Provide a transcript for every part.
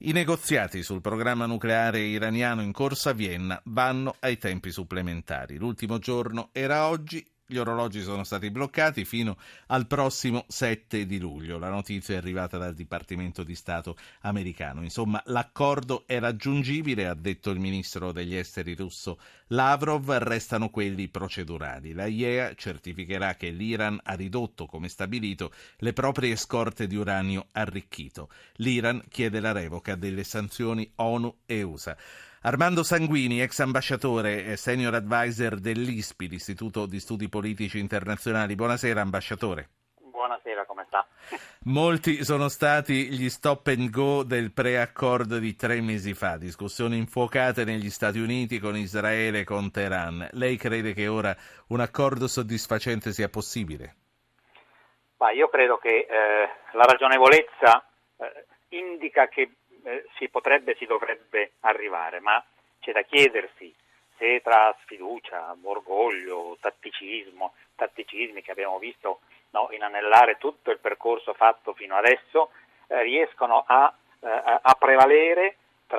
I negoziati sul programma nucleare iraniano in corso a Vienna vanno ai tempi supplementari. L'ultimo giorno era oggi. Gli orologi sono stati bloccati fino al prossimo 7 di luglio. La notizia è arrivata dal Dipartimento di Stato americano. Insomma, l'accordo è raggiungibile, ha detto il ministro degli esteri russo Lavrov, restano quelli procedurali. La IAEA certificherà che l'Iran ha ridotto, come stabilito, le proprie scorte di uranio arricchito. L'Iran chiede la revoca delle sanzioni ONU e USA. Armando Sanguini, ex ambasciatore e senior advisor dell'ISPI, l'Istituto di Studi Politici Internazionali. Buonasera, ambasciatore. Buonasera, come sta? Molti sono stati gli stop and go del preaccordo di 3 mesi fa, discussioni infuocate negli Stati Uniti con Israele e con Teheran. Lei crede che ora un accordo soddisfacente sia possibile? Io credo che la ragionevolezza indica che si dovrebbe arrivare, ma c'è da chiedersi se tra sfiducia, orgoglio, tatticismi che abbiamo visto inanellare tutto il percorso fatto fino adesso riescono a prevalere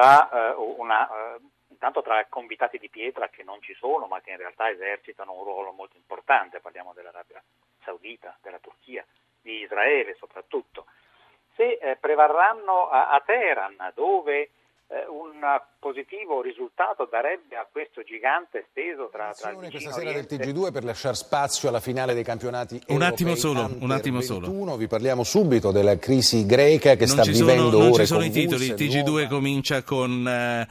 intanto tra convitati di pietra che non ci sono, ma che in realtà esercitano un ruolo molto importante. Parliamo dell'Arabia Saudita, della Turchia, di Israele soprattutto. Se prevarranno a Teheran, dove un positivo risultato darebbe a questo gigante esteso tra il vicino questa sera Oriente. del TG2 per lasciare spazio alla finale dei campionati europei. Un attimo solo. Vi parliamo subito della crisi greca che sta vivendo ore convulse. Non ci sono i titoli, il TG2 comincia con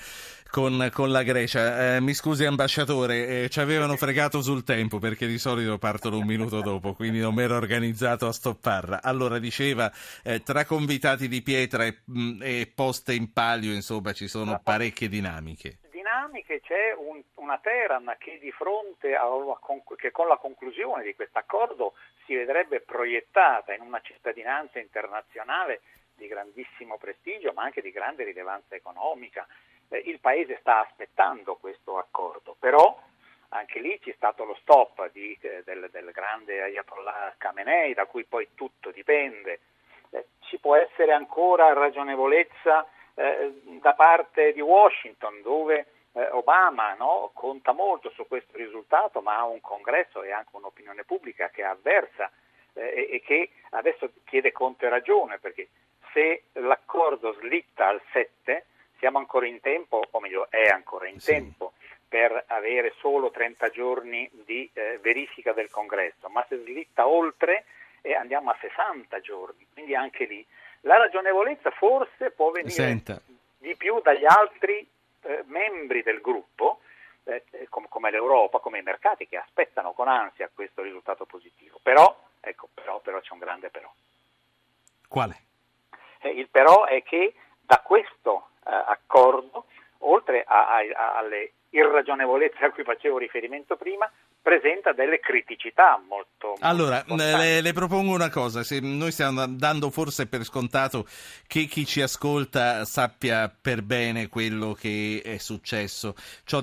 la Grecia. Mi scusi ambasciatore, ci avevano fregato sul tempo perché di solito partono un minuto dopo, quindi non mi ero organizzato a stopparla. Allora diceva, tra convitati di pietra e poste in palio, insomma, ci sono parecchie dinamiche. C'è una Teheran che di fronte che con la conclusione di questo accordo si vedrebbe proiettata in una cittadinanza internazionale di grandissimo prestigio, ma anche di grande rilevanza economica. Il paese sta aspettando questo accordo, però anche lì c'è stato lo stop del grande Ayatollah Khamenei, da cui poi tutto dipende. Ci può essere ancora ragionevolezza da parte di Washington, dove Obama conta molto su questo risultato, ma ha un congresso e anche un'opinione pubblica che è avversa e che adesso chiede conto e ragione, perché se l'accordo slitta al 7 siamo ancora in tempo, o meglio è ancora in tempo, per avere solo 30 giorni di verifica del congresso, ma se slitta oltre andiamo a 60 giorni, quindi anche lì la ragionevolezza forse può venire di più dagli altri membri del gruppo, come l'Europa, come i mercati che aspettano con ansia questo risultato positivo. Però c'è un grande però. Quale? Il però è che da questo accordo, oltre alle irragionevolezze a cui facevo riferimento prima, presenta delle criticità molto allora, importanti. le propongo una cosa: se noi stiamo dando forse per scontato che chi ci ascolta sappia per bene quello che è successo,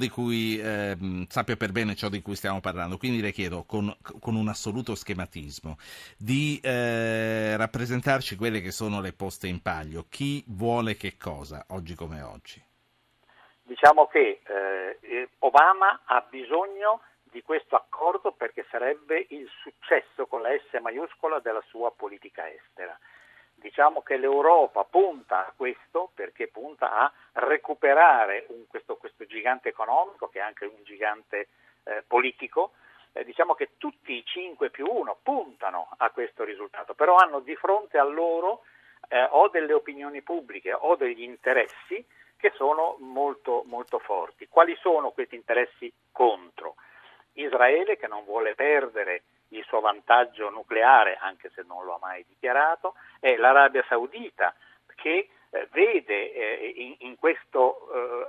sappia per bene ciò di cui stiamo parlando, quindi le chiedo con un assoluto schematismo di rappresentarci quelle che sono le poste in palio. Chi vuole che cosa, oggi come oggi? Diciamo che Obama ha bisogno di questo accordo perché sarebbe il successo con la S maiuscola della sua politica estera. Diciamo che l'Europa punta a questo perché punta a recuperare questo gigante economico che è anche un gigante politico. Diciamo che tutti i 5+1 puntano a questo risultato, però hanno di fronte a loro o delle opinioni pubbliche o degli interessi che sono molto, molto forti. Quali sono questi interessi contro? Israele, che non vuole perdere il suo vantaggio nucleare, anche se non lo ha mai dichiarato, e l'Arabia Saudita, che vede in questo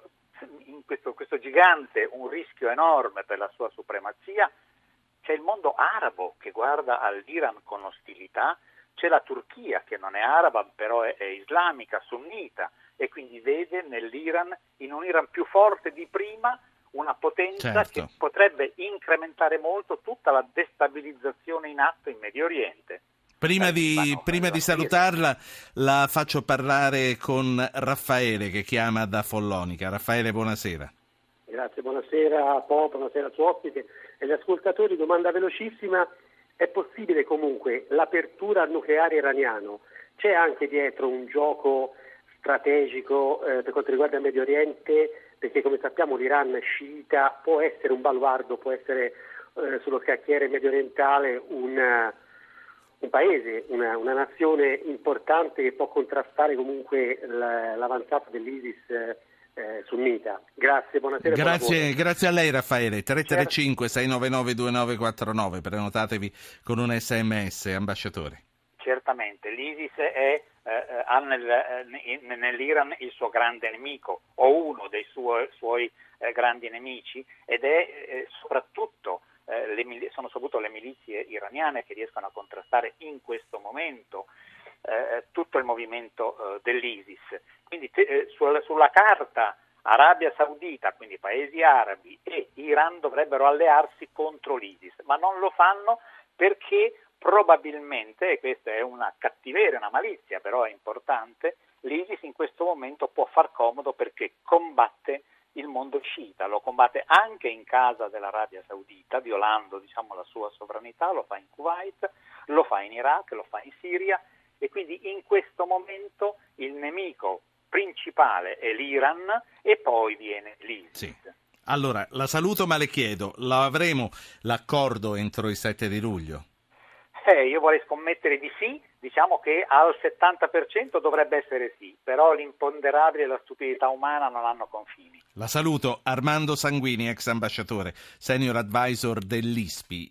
gigante un rischio enorme per la sua supremazia. C'è il mondo arabo che guarda all'Iran con ostilità, c'è la Turchia che non è araba però è islamica, sunnita, e quindi vede nell'Iran, in un Iran più forte di prima, una potenza che potrebbe incrementare molto tutta la destabilizzazione in atto in Medio Oriente. Prima di salutarla, la faccio parlare con Raffaele, che chiama da Follonica. Raffaele, buonasera. Grazie, buonasera a Pop, buonasera al suo ospite e agli ascoltatori. Domanda velocissima: è possibile comunque l'apertura al nucleare iraniano? C'è anche dietro un gioco strategico per quanto riguarda il Medio Oriente? Perché come sappiamo l'Iran sciita può essere un baluardo, può essere sullo scacchiere medio orientale un paese, una nazione importante che può contrastare comunque l'avanzata dell'ISIS sunnita. Grazie, buonasera. Grazie a lei Raffaele. 335-699-2949, prenotatevi con un SMS, ambasciatore. Certamente, l'ISIS ha nell'Iran il suo grande nemico, o uno dei suoi grandi nemici, ed è soprattutto sono soprattutto le milizie iraniane che riescono a contrastare in questo momento tutto il movimento dell'ISIS. Quindi sulla carta Arabia Saudita, quindi paesi arabi, e Iran dovrebbero allearsi contro l'ISIS, ma non lo fanno perché probabilmente, e questa è una cattiveria, una malizia, però è importante, l'ISIS in questo momento può far comodo perché combatte il mondo sciita, lo combatte anche in casa dell'Arabia Saudita, violando la sua sovranità, lo fa in Kuwait, lo fa in Iraq, lo fa in Siria, e quindi in questo momento il nemico principale è l'Iran e poi viene l'ISIS. Sì. Allora, la saluto ma le chiedo, lo avremo l'accordo entro il 7 di luglio? Io vorrei scommettere di sì, diciamo che al 70% dovrebbe essere sì, però l'imponderabile e la stupidità umana non hanno confini. La saluto, Armando Sanguini, ex ambasciatore, senior advisor dell'ISPI.